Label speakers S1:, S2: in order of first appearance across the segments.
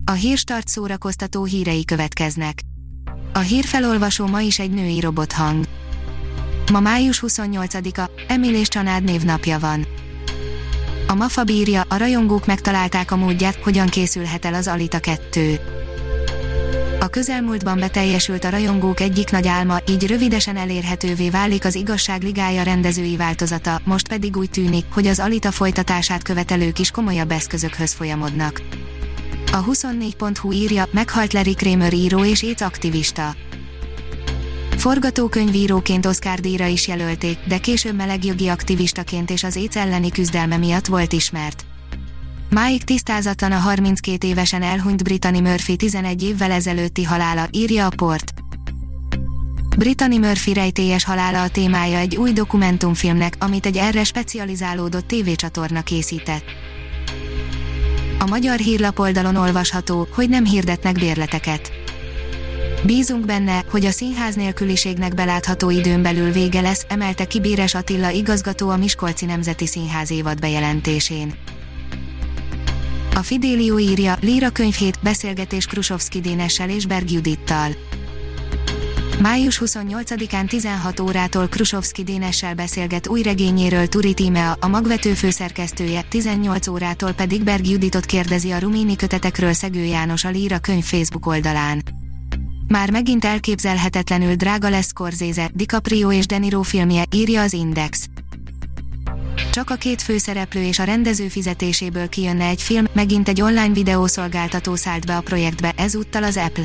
S1: A Hírstart szórakoztató hírei következnek. A hírfelolvasó ma is egy női robothang. Ma május 28-a, Emil és Csanád névnapja van. A MAFA bírja, a rajongók megtalálták a módját, hogyan készülhet el az Alita 2. A közelmúltban beteljesült a rajongók egyik nagy álma, így rövidesen elérhetővé válik az Igazság Ligája rendezői változata, most pedig úgy tűnik, hogy az Alita folytatását követelők is komolyabb eszközökhöz folyamodnak. A 24.hu írja, meghalt Larry Kramer író és AIDS aktivista. Forgatókönyvíróként Oscar-díjra is jelölték, de később melegjogi aktivistaként és az AIDS elleni küzdelme miatt volt ismert. Máig tisztázatlan a 32 évesen elhunyt Brittany Murphy 11 évvel ezelőtti halála, írja a Port. Brittany Murphy rejtélyes halála a témája egy új dokumentumfilmnek, amit egy erre specializálódott tévécsatorna készített. A magyar hírlapoldalon olvasható, hogy nem hirdetnek bérleteket. Bízunk benne, hogy a színház nélküliségnek belátható időn belül vége lesz, emelte ki Béres Attila igazgató a Miskolci Nemzeti Színház évad bejelentésén. A Fidelio írja, Líra könyvhét, beszélgetés Krusovszki Dénessel és Berg Judittal. Május 28-án 16 órától Krusovszki Dénessel beszélget új regényéről Turi Tímea, a magvető főszerkesztője, 18 órától pedig Berg Juditot kérdezi a rumíni kötetekről Szegő János a Líra könyv Facebook oldalán. Már megint elképzelhetetlenül drága lesz Scorsese, DiCaprio és De Niro filmje, írja az Index. Csak a két főszereplő és a rendező fizetéséből kijönne egy film, megint egy online videószolgáltató szállt be a projektbe, ezúttal az Apple.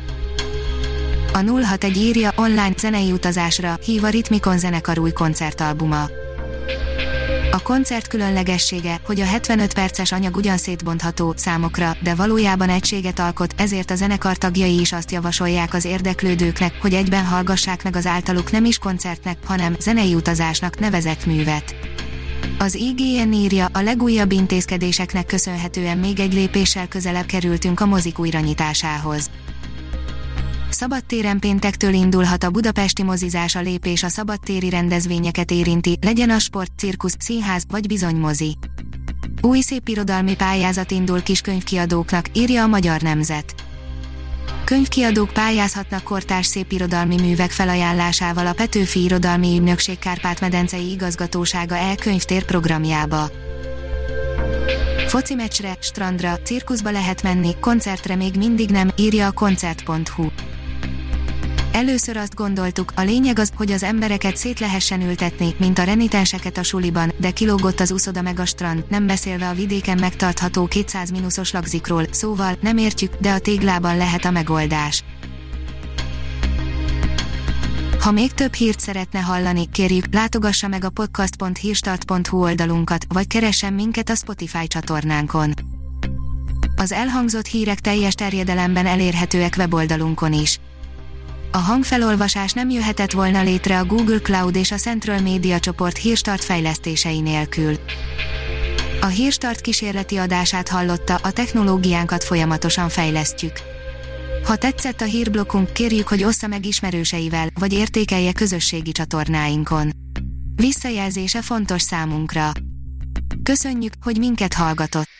S1: A 061 írja, online zenei utazásra hív a Ritmikon zenekar új koncertalbuma. A koncert különlegessége, hogy a 75 perces anyag ugyan szétbontható számokra, de valójában egységet alkot, ezért a zenekar tagjai is azt javasolják az érdeklődőknek, hogy egyben hallgassák meg az általuk nem is koncertnek, hanem zenei utazásnak nevezett művet. Az IGN írja, a legújabb intézkedéseknek köszönhetően még egy lépéssel közelebb kerültünk a mozik újranyitásához. Szabadtéren péntektől indulhat a budapesti mozizás, a lépés a szabadtéri rendezvényeket érinti, legyen a sport, cirkusz, színház vagy bizony mozi. Új szépirodalmi pályázat indul kiskönyvkiadóknak, írja a Magyar Nemzet. Könyvkiadók pályázhatnak kortárs szépirodalmi művek felajánlásával a Petőfi Irodalmi Ügynökség Kárpát-medencei igazgatósága e-könyvtér programjába. Foci meccsre, strandra, cirkuszba lehet menni, koncertre még mindig nem, írja a koncert.hu. Először azt gondoltuk, a lényeg az, hogy az embereket szét lehessen ültetni, mint a renitenseket a suliban, de kilógott az uszoda meg a strand, nem beszélve a vidéken megtartható 200 mínuszos lagzikról, szóval nem értjük, de a téglában lehet a megoldás. Ha még több hírt szeretne hallani, kérjük, látogassa meg a podcast.hírstart.hu oldalunkat, vagy keressen minket a Spotify csatornánkon. Az elhangzott hírek teljes terjedelemben elérhetőek weboldalunkon is. A hangfelolvasás nem jöhetett volna létre a Google Cloud és a Central Media csoport Hírstart fejlesztései nélkül. A Hírstart kísérleti adását hallotta, a technológiánkat folyamatosan fejlesztjük. Ha tetszett a hírblokkunk, kérjük, hogy ossza meg ismerőseivel, vagy értékelje közösségi csatornáinkon. Visszajelzése fontos számunkra. Köszönjük, hogy minket hallgatott!